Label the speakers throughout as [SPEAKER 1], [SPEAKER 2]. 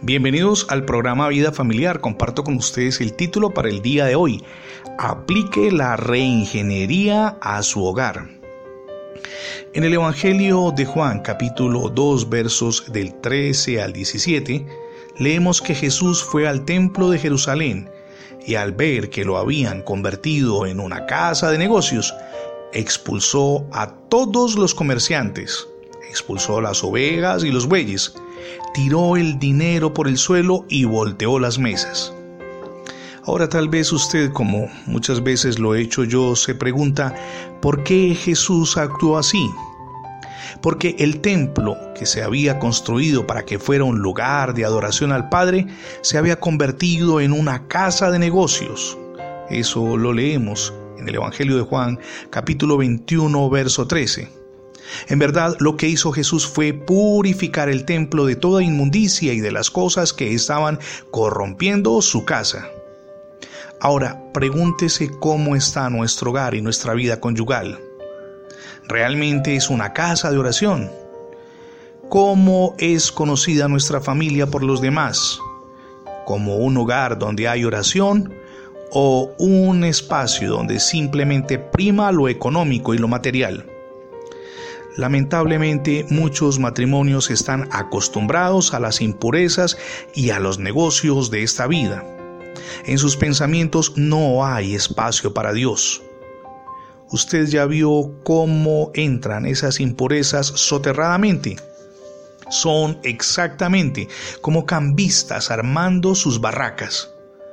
[SPEAKER 1] Bienvenidos al programa Vida Familiar. Comparto con ustedes el título para el día de hoy: Aplique la reingeniería a su hogar. En el Evangelio de Juan, capítulo 2, versos del 13 al 17, leemos que Jesús fue al templo de Jerusalén y al ver que lo habían convertido en una casa de negocios, expulsó a todos los comerciantes, expulsó las ovejas y los bueyes, tiró el dinero por el suelo y volteó las mesas. Ahora tal vez usted, como muchas veces lo he hecho yo, se pregunta ¿por qué Jesús actuó así? Porque el templo que se había construido para que fuera un lugar de adoración al Padre se había convertido en una casa de negocios. Eso lo leemos en el Evangelio de Juan, capítulo 21, verso 13. En verdad, lo que hizo Jesús fue purificar el templo de toda inmundicia y de las cosas que estaban corrompiendo su casa. Ahora, pregúntese cómo está nuestro hogar y nuestra vida conyugal. ¿Realmente es una casa de oración? ¿Cómo es conocida nuestra familia por los demás? ¿Como un hogar donde hay oración o un espacio donde simplemente prima lo económico y lo material? Lamentablemente, muchos matrimonios están acostumbrados a las impurezas y a los negocios de esta vida. En sus pensamientos no hay espacio para Dios. ¿Usted ya vio cómo entran esas impurezas soterradamente? Son exactamente como cambistas armando sus barracas.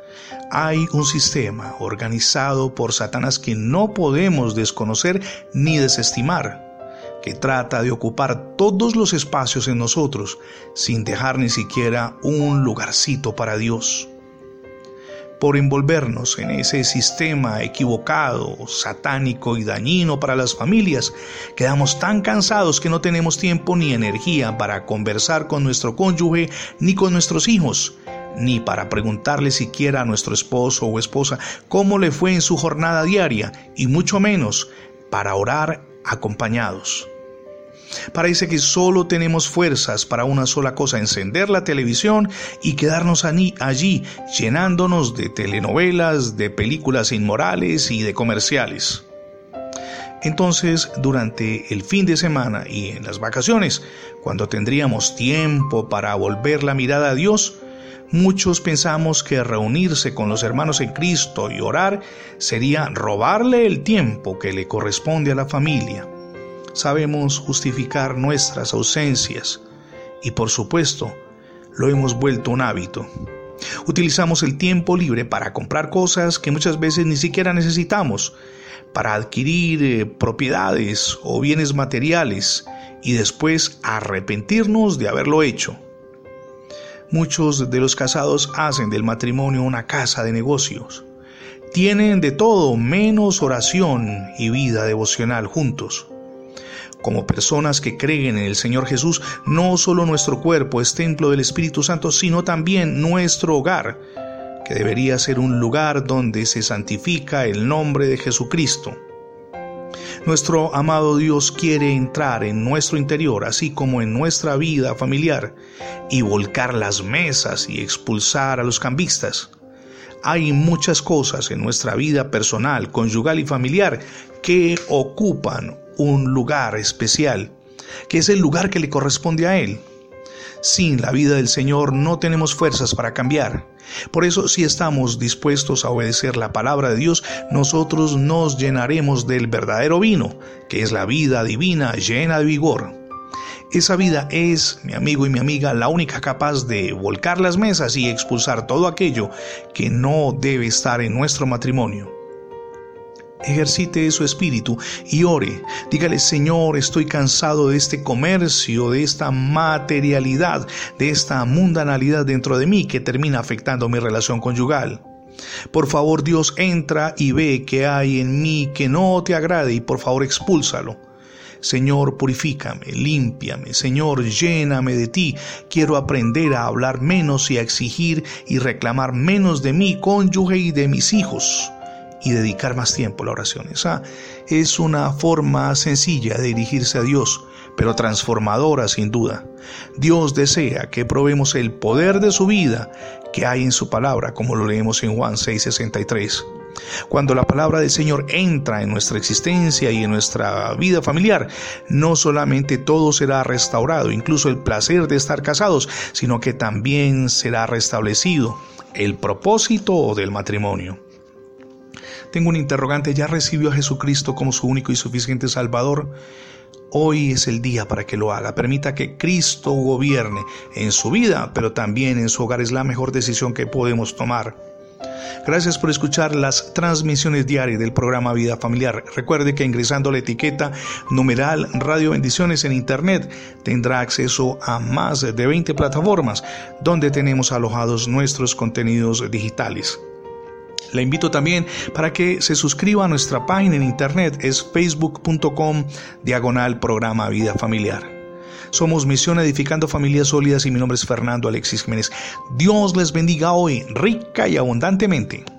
[SPEAKER 1] Hay un sistema organizado por Satanás que no podemos desconocer ni desestimar, que trata de ocupar todos los espacios en nosotros sin dejar ni siquiera un lugarcito para Dios. Por envolvernos en ese sistema equivocado, satánico y dañino para las familias, quedamos tan cansados que no tenemos tiempo ni energía para conversar con nuestro cónyuge ni con nuestros hijos, ni para preguntarle siquiera a nuestro esposo o esposa cómo le fue en su jornada diaria, y mucho menos para orar acompañados. Parece que solo tenemos fuerzas para una sola cosa: encender la televisión y quedarnos allí llenándonos de telenovelas, de películas inmorales y de comerciales. Entonces, durante el fin de semana y en las vacaciones, cuando tendríamos tiempo para volver la mirada a Dios, muchos pensamos que reunirse con los hermanos en Cristo y orar sería robarle el tiempo que le corresponde a la familia. Sabemos justificar nuestras ausencias y, por supuesto, lo hemos vuelto un hábito. Utilizamos el tiempo libre para comprar cosas que muchas veces ni siquiera necesitamos, para adquirir propiedades o bienes materiales y después arrepentirnos de haberlo hecho. Muchos de los casados hacen del matrimonio una casa de negocios. Tienen de todo menos oración y vida devocional juntos. Como personas que creen en el Señor Jesús, no solo nuestro cuerpo es templo del Espíritu Santo, sino también nuestro hogar, que debería ser un lugar donde se santifica el nombre de Jesucristo. Nuestro amado Dios quiere entrar en nuestro interior, así como en nuestra vida familiar, y volcar las mesas y expulsar a los cambistas. Hay muchas cosas en nuestra vida personal, conyugal y familiar que ocupan un lugar especial, que es el lugar que le corresponde a Él. Sin la vida del Señor no tenemos fuerzas para cambiar. Por eso, si estamos dispuestos a obedecer la palabra de Dios, nosotros nos llenaremos del verdadero vino, que es la vida divina llena de vigor. Esa vida es, mi amigo y mi amiga, la única capaz de volcar las mesas y expulsar todo aquello que no debe estar en nuestro matrimonio. Ejercite su espíritu y ore. Dígale: Señor, estoy cansado de este comercio, de esta materialidad, de esta mundanalidad dentro de mí que termina afectando mi relación conyugal. Por favor, Dios, entra y ve qué hay en mí que no te agrade y por favor expúlsalo. Señor, purifícame, límpiame. Señor, lléname de ti. Quiero aprender a hablar menos y a exigir y reclamar menos de mi cónyuge y de mis hijos, y dedicar más tiempo a la oración. Esa es una forma sencilla de dirigirse a Dios, pero transformadora sin duda. Dios desea que probemos el poder de su vida que hay en su palabra, como lo leemos en Juan 6:63. Cuando la palabra del Señor entra en nuestra existencia y en nuestra vida familiar, no solamente todo será restaurado, incluso el placer de estar casados, sino que también será restablecido el propósito del matrimonio. Tengo un interrogante: ¿ya recibió a Jesucristo como su único y suficiente Salvador? Hoy es el día para que lo haga. Permita que Cristo gobierne en su vida, pero también en su hogar. Es la mejor decisión que podemos tomar. Gracias por escuchar las transmisiones diarias del programa Vida Familiar. Recuerde que ingresando la etiqueta numeral Radio Bendiciones en Internet tendrá acceso a más de 20 plataformas donde tenemos alojados nuestros contenidos digitales. Le invito también para que se suscriba a nuestra página en Internet. Es facebook.com/programa Vida Familiar. Somos Misión Edificando Familias Sólidas y mi nombre es Fernando Alexis Jiménez. Dios les bendiga hoy rica y abundantemente.